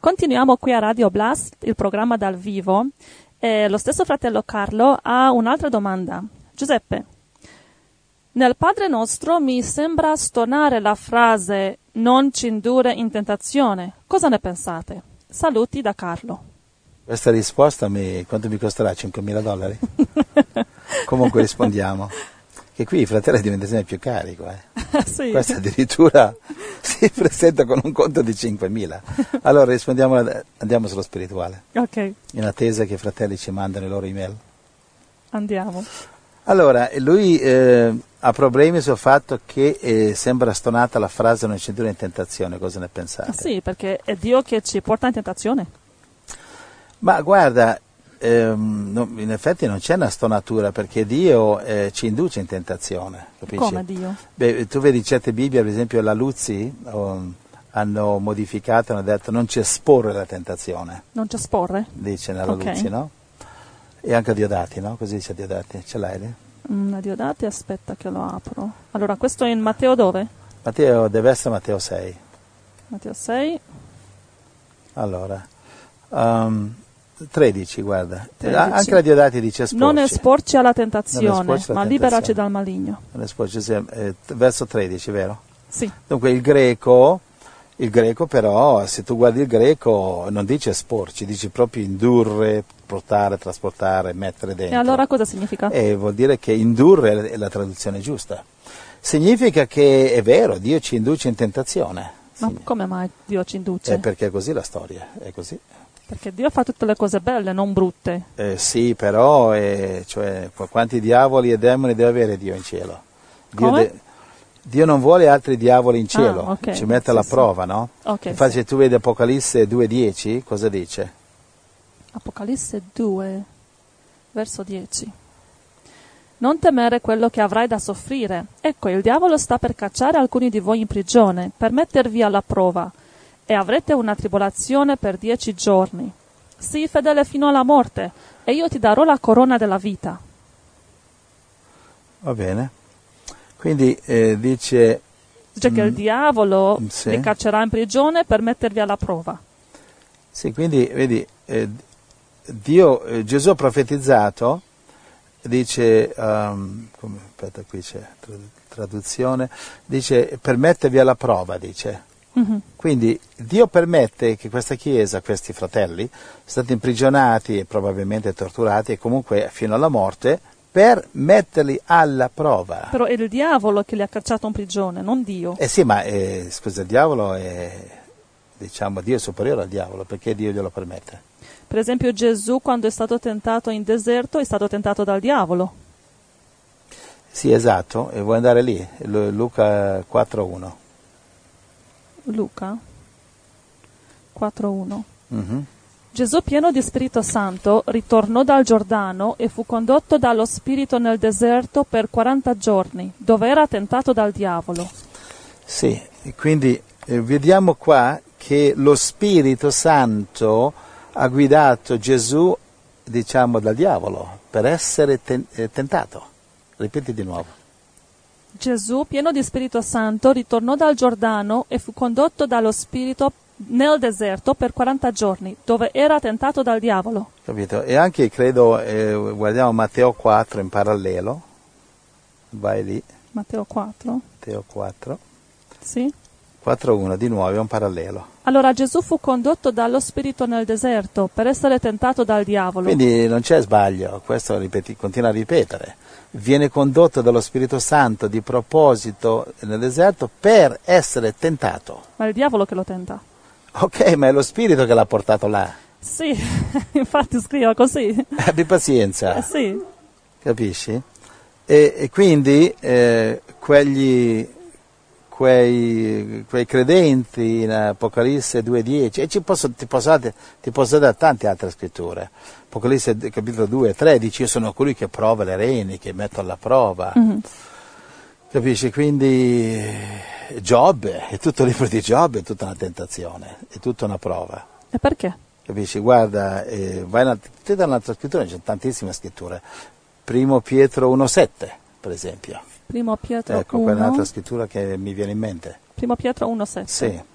Continuiamo qui a Radio Blast, il programma dal vivo, e lo stesso fratello Carlo ha un'altra domanda. Giuseppe, nel Padre Nostro mi sembra stonare la frase «non ci indurre in tentazione». Cosa ne pensate? Saluti da Carlo. Questa risposta quanto mi costerà? $5.000? Comunque rispondiamo. Che qui i fratelli diventano sempre più carico. Sì. Questo addirittura si presenta con un conto di 5.000. Allora andiamo sullo spirituale. Ok. In attesa che i fratelli ci mandano le loro email. Andiamo. Allora, lui ha problemi sul fatto che sembra stonata la frase non ci indurre in tentazione. Cosa ne pensate? Sì, perché è Dio che ci porta in tentazione. Ma guarda, in effetti non c'è una stonatura, perché Dio ci induce in tentazione, capisci? Come Dio? Beh, tu vedi certe Bibbie, per esempio la Luzzi, hanno modificato, hanno detto non ci esporre la tentazione. Non ci esporre? Dice nella Ok. Luzzi, no? E anche a Diodati, no? Così dice a Diodati, ce l'hai lì? A Diodati, aspetta che lo apro. Allora, questo è in Matteo dove? Matteo, deve essere Matteo 6. Matteo 6. Allora, 13, guarda. 13. Anche la Diodati dice esporci. Non esporci alla tentazione, Non esporci alla ma liberaci tentazione. dal maligno. Non esporci, verso 13, vero? Sì. Dunque il greco però, se tu guardi il greco, non dice esporci, dice proprio indurre, portare, trasportare, mettere dentro. E allora cosa significa? Vuol dire che indurre è la traduzione giusta. Significa che è vero, Dio ci induce in tentazione. Ma come mai Dio ci induce? Perché è così la storia, è così. Perché Dio fa tutte le cose belle, non brutte. Sì, però, cioè, quanti diavoli e demoni deve avere Dio in cielo? Come? Dio non vuole altri diavoli in cielo, ok. ci mette alla prova, no? Ok, Infatti sì. se tu vedi Apocalisse 2,10, cosa dice? Apocalisse 2, verso 10. Non temere quello che avrai da soffrire. Ecco, il diavolo sta per cacciare alcuni di voi in prigione, per mettervi alla prova, e avrete una tribolazione per 10 giorni. Sii fedele fino alla morte, e io ti darò la corona della vita. Va bene. Quindi dice... Dice che il diavolo sì. li caccerà in prigione per mettervi alla prova. Sì, quindi vedi, Gesù ha profetizzato, dice, aspetta, qui c'è traduzione, dice per mettervi alla prova, dice. Mm-hmm. Quindi Dio permette che questa Chiesa, questi fratelli, siano stati imprigionati e probabilmente torturati e comunque fino alla morte, per metterli alla prova. Però è il diavolo che li ha cacciato in prigione, non Dio. Sì, ma scusa, il diavolo è, diciamo, Dio è superiore al diavolo, perché Dio glielo permette? Per esempio Gesù, quando è stato tentato in deserto, è stato tentato dal diavolo. Sì, esatto, e vuoi andare lì? Luca 4.1. Luca 4.1. Mm-hmm. Gesù, pieno di Spirito Santo, ritornò dal Giordano e fu condotto dallo Spirito nel deserto per 40 giorni, dove era tentato dal diavolo. Sì, quindi vediamo qua che lo Spirito Santo ha guidato Gesù, diciamo, dal diavolo per essere tentato. Ripeti di nuovo. Gesù, pieno di Spirito Santo, ritornò dal Giordano e fu condotto dallo Spirito nel deserto per 40 giorni, dove era tentato dal diavolo. Capito? E anche, credo, guardiamo Matteo 4 in parallelo. Vai lì. Matteo 4. Matteo 4. Sì. 4.1, di nuovo, è un parallelo. Allora Gesù fu condotto dallo Spirito nel deserto per essere tentato dal diavolo. Quindi non c'è sbaglio, questo continua a ripetere. Viene condotto dallo Spirito Santo di proposito nel deserto per essere tentato. Ma è il diavolo che lo tenta. Ok, ma è lo Spirito che l'ha portato là. Sì, infatti scriva così. Abbi pazienza. Sì. Capisci? E quindi quei credenti in Apocalisse 2.10, e ti posso dare tante altre scritture. Apocalisse capitolo 2.13, io sono colui che prova le reni, che metto alla prova. Mm-hmm. Capisci? Quindi Giobbe, è tutto il libro di Giobbe, è tutta una tentazione, è tutta una prova. E perché? Capisci? Guarda, vai da un'altra scrittura, c'è tantissime scritture. Primo Pietro 1.7, per esempio. Primo Pietro Ecco, 1. quella è un'altra scrittura che mi viene in mente. Primo Pietro 1.7. Sì.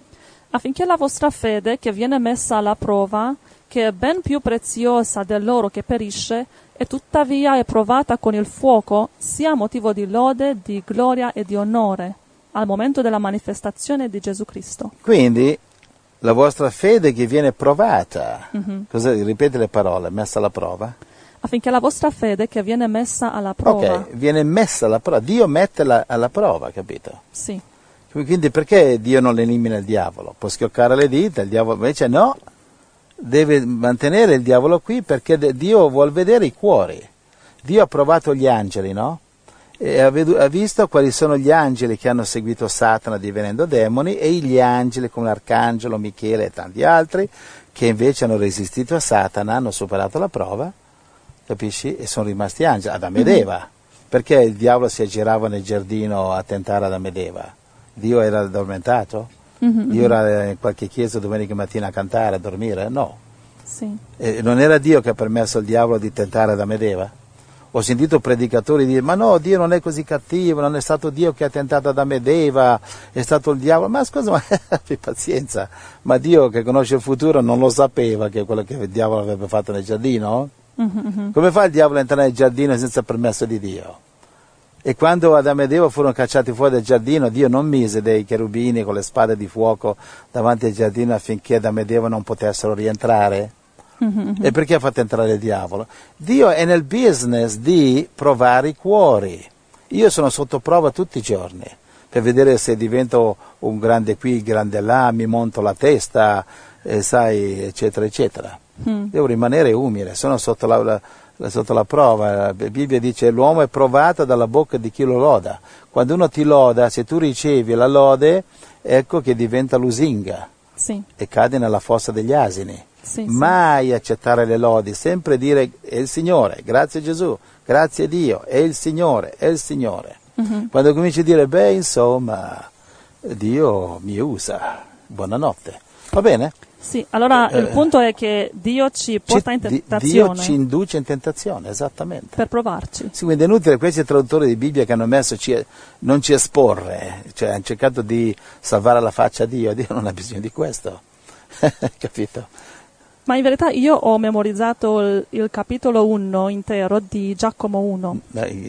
affinché la vostra fede, che viene messa alla prova, che è ben più preziosa dell'oro che perisce, e tuttavia è provata con il fuoco, sia motivo di lode, di gloria e di onore al momento della manifestazione di Gesù Cristo. Quindi la vostra fede che viene provata, ripete le parole, messa alla prova? Affinché la vostra fede, che viene messa alla prova. Ok, viene messa alla prova, Dio mette alla prova, capito? Sì. Quindi perché Dio non elimina il diavolo? Può schioccare le dita, il diavolo invece no, deve mantenere il diavolo qui perché Dio vuol vedere i cuori. Dio ha provato gli angeli, no? E ha visto quali sono gli angeli che hanno seguito Satana divenendo demoni e gli angeli come l'arcangelo Michele e tanti altri che invece hanno resistito a Satana, hanno superato la prova, capisci? E sono rimasti angeli, Adamo ed Eva. Perché il diavolo si aggirava nel giardino a tentare Adamo ed Eva? Dio era addormentato? Dio era in qualche chiesa domenica mattina a cantare, a dormire? No. Sì. Non era Dio che ha permesso al diavolo di tentare Adamo ed Eva? Ho sentito predicatori dire, ma no, Dio non è così cattivo, non è stato Dio che ha tentato Adamo ed Eva, è stato il diavolo. Ma scusa, ma abbi pazienza, ma Dio che conosce il futuro non lo sapeva che quello che il diavolo avrebbe fatto nel giardino? Come fa il diavolo a entrare nel giardino senza permesso di Dio? E quando Adamo ed Eva furono cacciati fuori dal giardino, Dio non mise dei cherubini con le spade di fuoco davanti al giardino affinché Adamo ed Eva non potessero rientrare? E perché ha fatto entrare il diavolo? Dio è nel business di provare i cuori. Io sono sotto prova tutti i giorni per vedere se divento un grande qui, grande là, mi monto la testa, sai, eccetera, eccetera. Devo rimanere umile, sono sotto la prova. La Bibbia dice l'uomo è provato dalla bocca di chi lo loda. Quando uno ti loda, se tu ricevi la lode, ecco che diventa lusinga e cade nella fossa degli asini. Mai accettare le lodi, sempre dire è il Signore, grazie Gesù, grazie Dio, è il Signore, è il Signore. Quando cominci a dire beh insomma Dio mi usa, buonanotte, va bene? Sì, allora il punto è che Dio ci porta in tentazione. Dio ci induce in tentazione, esattamente. Per provarci. Sì, quindi è inutile questi traduttori di Bibbia che hanno messo non ci esporre, cioè hanno cercato di salvare la faccia a Dio non ha bisogno di questo, capito? Ma in verità io ho memorizzato il capitolo 1 intero di Giacomo 1.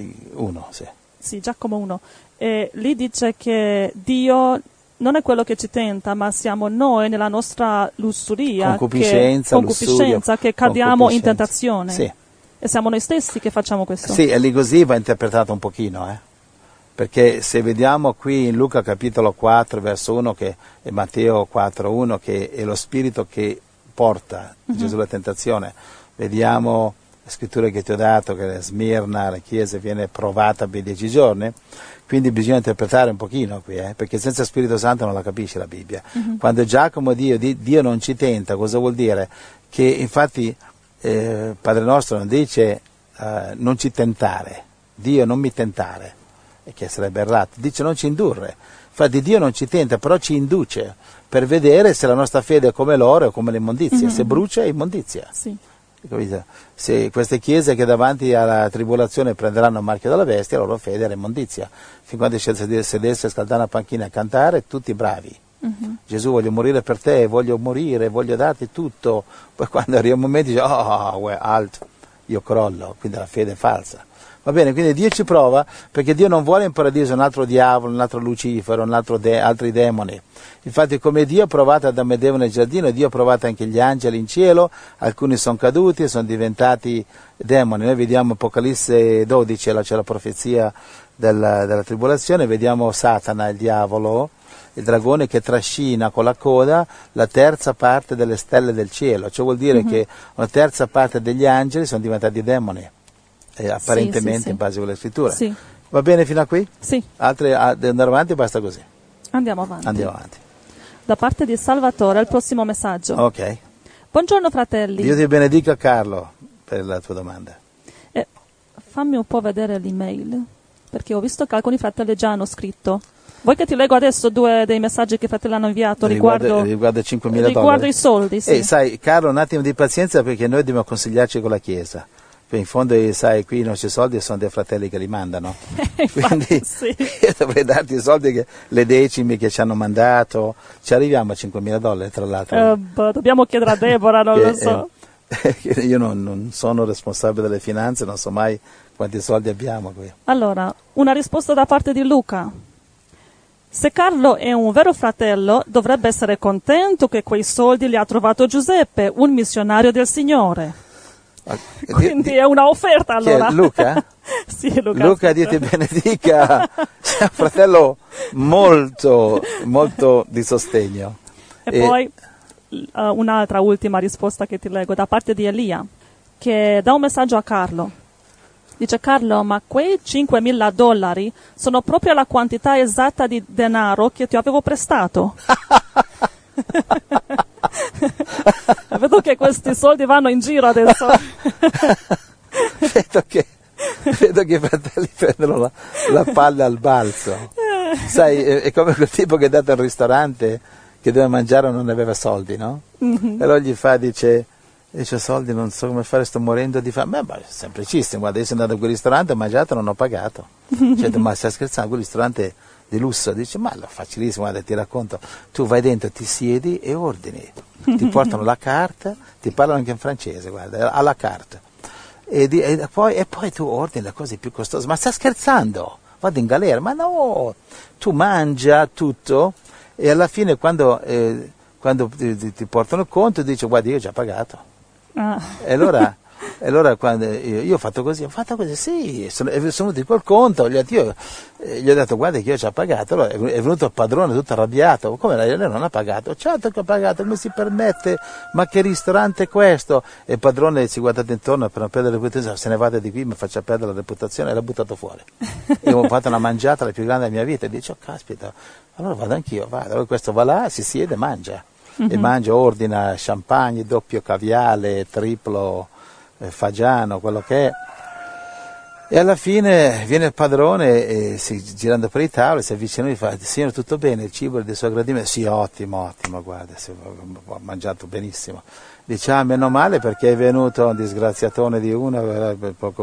1, sì. Sì, Giacomo 1. E lì dice che Dio non è quello che ci tenta, ma siamo noi nella nostra lussuria, concupiscenza che cadiamo in tentazione. Sì. E siamo noi stessi che facciamo questo. Sì, e lì così va interpretato un pochino, Perché se vediamo qui in Luca capitolo 4, verso 1, e Matteo 4, 1, che è lo spirito che porta Gesù alla tentazione, vediamo le scritture che ti ho dato, che Smirna, la Chiesa, viene provata per 10 giorni, quindi bisogna interpretare un pochino qui, perché senza Spirito Santo non la capisce la Bibbia. Quando Giacomo Dio non ci tenta, cosa vuol dire? Che infatti Padre nostro non dice non ci tentare, Dio non mi tentare, che sarebbe errato, dice non ci indurre. Infatti Dio non ci tenta, però ci induce per vedere se la nostra fede è come l'oro o come l'immondizia, se brucia è immondizia. Sì. Capito? Se queste chiese che davanti alla tribolazione prenderanno il marchio della bestia, la loro fede era immondizia. Fin quando sedesse a scaldare una panchina a cantare, tutti bravi. Gesù, voglio morire per te, voglio morire, voglio darti tutto. Poi quando arriva un momento dice, alto, io crollo, quindi la fede è falsa. Va bene, quindi Dio ci prova perché Dio non vuole in paradiso un altro diavolo, un altro Lucifero, altri demoni. Infatti come Dio ha provato Adamo ed Eva nel giardino, Dio ha provato anche gli angeli in cielo, alcuni sono caduti e sono diventati demoni. Noi vediamo Apocalisse 12, c'è la profezia della tribolazione, vediamo Satana, il diavolo, il dragone che trascina con la coda la terza parte delle stelle del cielo, cioè vuol dire che una terza parte degli angeli sono diventati demoni. Apparentemente in base alle scritture. Sì. Va bene fino a qui? Sì. Andare avanti basta così. Andiamo avanti. Andiamo avanti. Da parte di Salvatore, il prossimo messaggio. Ok. Buongiorno fratelli. Dio ti benedica Carlo per la tua domanda. Fammi un po' vedere l'email, perché ho visto che alcuni fratelli già hanno scritto. Vuoi che ti leggo adesso 2 dei messaggi che i fratelli hanno inviato riguardo $5.000? Riguardo i soldi, sì. Sai, Carlo, un attimo di pazienza perché noi dobbiamo consigliarci con la Chiesa. In fondo, sai, qui i nostri soldi sono dei fratelli che li mandano. Quindi sì. io dovrei darti i soldi, le decimi che ci hanno mandato. Ci arriviamo a $5.000, tra l'altro. Dobbiamo chiedere a Deborah, non lo so. Io non sono responsabile delle finanze, non so mai quanti soldi abbiamo qui. Allora, una risposta da parte di Luca. Se Carlo è un vero fratello, dovrebbe essere contento che quei soldi li ha trovato Giuseppe, un missionario del Signore. Quindi è una offerta, allora. Chi è, Luca? Sì, Luca. Luca, Dio ti benedica. Sei un fratello molto, molto di sostegno. E poi un'altra ultima risposta che ti leggo da parte di Elia, che dà un messaggio a Carlo. Dice: Carlo, ma quei $5.000 sono proprio la quantità esatta di denaro che ti avevo prestato. Vedo che questi soldi vanno in giro adesso. Vedo che i fratelli prendono la palla al balzo. Sai, è come quel tipo che è andato al ristorante, che doveva mangiare e non aveva soldi, no? E allora gli fa, dice soldi, non so come fare, sto morendo di fame. Ma è semplicissimo, guarda, io sono andato a quel ristorante, ho mangiato e non ho pagato. Cioè, ma stai scherzando, quel ristorante di lusso? Dice, ma è facilissimo, guarda, ti racconto, tu vai dentro, ti siedi e ordini, ti portano la carta, ti parlano anche in francese, guarda, alla carta, e poi tu ordini le cose più costose. Ma stai scherzando? Vado in galera? Ma no, tu mangia tutto e alla fine quando ti portano il conto dici, guarda, io ho già pagato. E allora quando io ho fatto così, sì, sono venuti col conto, gli ho detto, guarda che io ho già pagato. Allora è venuto il padrone tutto arrabbiato, come lei non ha pagato? Certo che ho pagato, come si permette, ma che ristorante è questo? E il padrone si è guardato intorno per non perdere la reputazione, se ne vada di qui mi faccia perdere la reputazione, e l'ha buttato fuori. E ho fatto una mangiata la più grande della mia vita, e dice, oh caspita, allora vado anch'io, allora questo va là, si siede e mangia. E mangia, ordina champagne, doppio caviale, triplo fagiano, quello che è. E alla fine viene il padrone e girando per i tavoli si avvicina e gli fa, signore, tutto bene, il cibo è del suo gradimento? Sì, ottimo, guarda, ho mangiato benissimo. Dice, meno male perché è venuto un disgraziatone di una, poco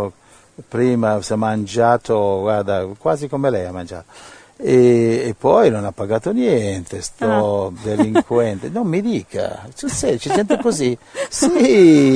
prima si è mangiato, guarda, quasi come lei ha mangiato. E poi non ha pagato niente, delinquente. Non mi dica, ci sente così? Sì,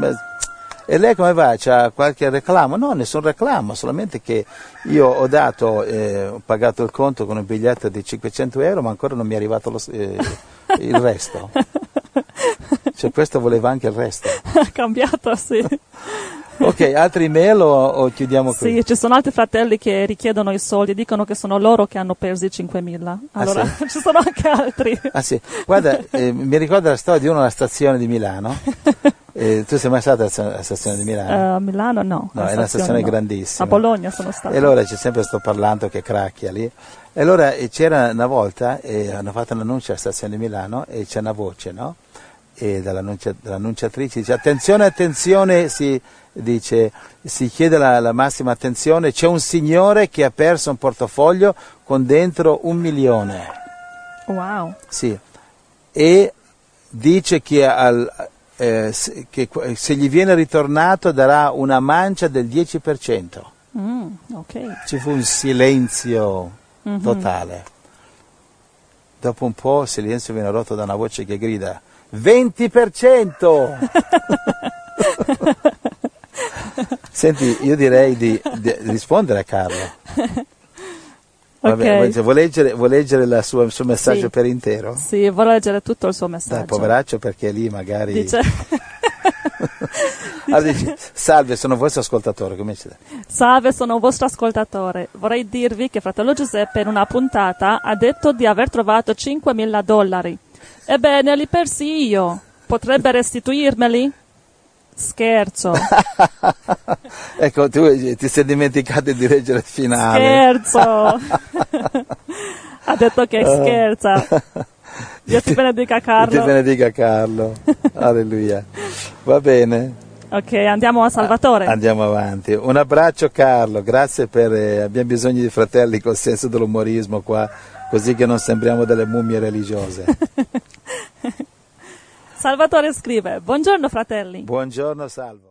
e lei come va? C'ha qualche reclamo? No, nessun reclamo, solamente che io ho pagato il conto con un biglietto di €500, ma ancora non mi è arrivato il resto. Cioè questo voleva anche il resto. Ha cambiato, sì. Ok, altri email o chiudiamo qui? Sì, ci sono altri fratelli che richiedono i soldi, dicono che sono loro che hanno perso i 5.000. Allora, sì? ci sono anche altri. Ah sì, guarda, mi ricordo la storia di uno alla stazione di Milano. Tu sei mai stata alla stazione di Milano? A Milano no. No, è una stazione grandissima. A Bologna sono stata. E allora c'è sempre sto parlando che cracchia lì. E allora c'era una volta, hanno fatto un annuncio alla stazione di Milano e c'è una voce, no? E dall'annunciatrice dice, attenzione, si chiede la massima attenzione, c'è un signore che ha perso un portafoglio con dentro 1 milione. Wow. Sì, e dice che se gli viene ritornato darà una mancia del 10%. Okay. Ci fu un silenzio totale. Dopo un po' il silenzio viene rotto da una voce che grida 20%! Senti, io direi di rispondere a Carlo. Vabbè, Okay. vuoi leggere il suo messaggio Sì. per intero? Sì, vorrei leggere tutto il suo messaggio. Dai, poveraccio, perché lì magari... Dice... Allora dici, salve, sono vostro ascoltatore, comincia. Salve, sono un vostro ascoltatore. Vorrei dirvi che fratello Giuseppe in una puntata ha detto di aver trovato $5.000. Ebbene, li persi io. Potrebbe restituirmeli? Scherzo. Ecco, tu ti sei dimenticato di leggere il finale. Scherzo. Ha detto che scherza. Dio ti benedica, Carlo. Dio ti benedica, Carlo. Alleluia. Va bene. Ok, andiamo a Salvatore. Andiamo avanti. Un abbraccio, Carlo. Grazie abbiamo bisogno di fratelli col senso dell'umorismo qua, così che non sembriamo delle mummie religiose. Salvatore scrive: buongiorno fratelli. Buongiorno, Salvo.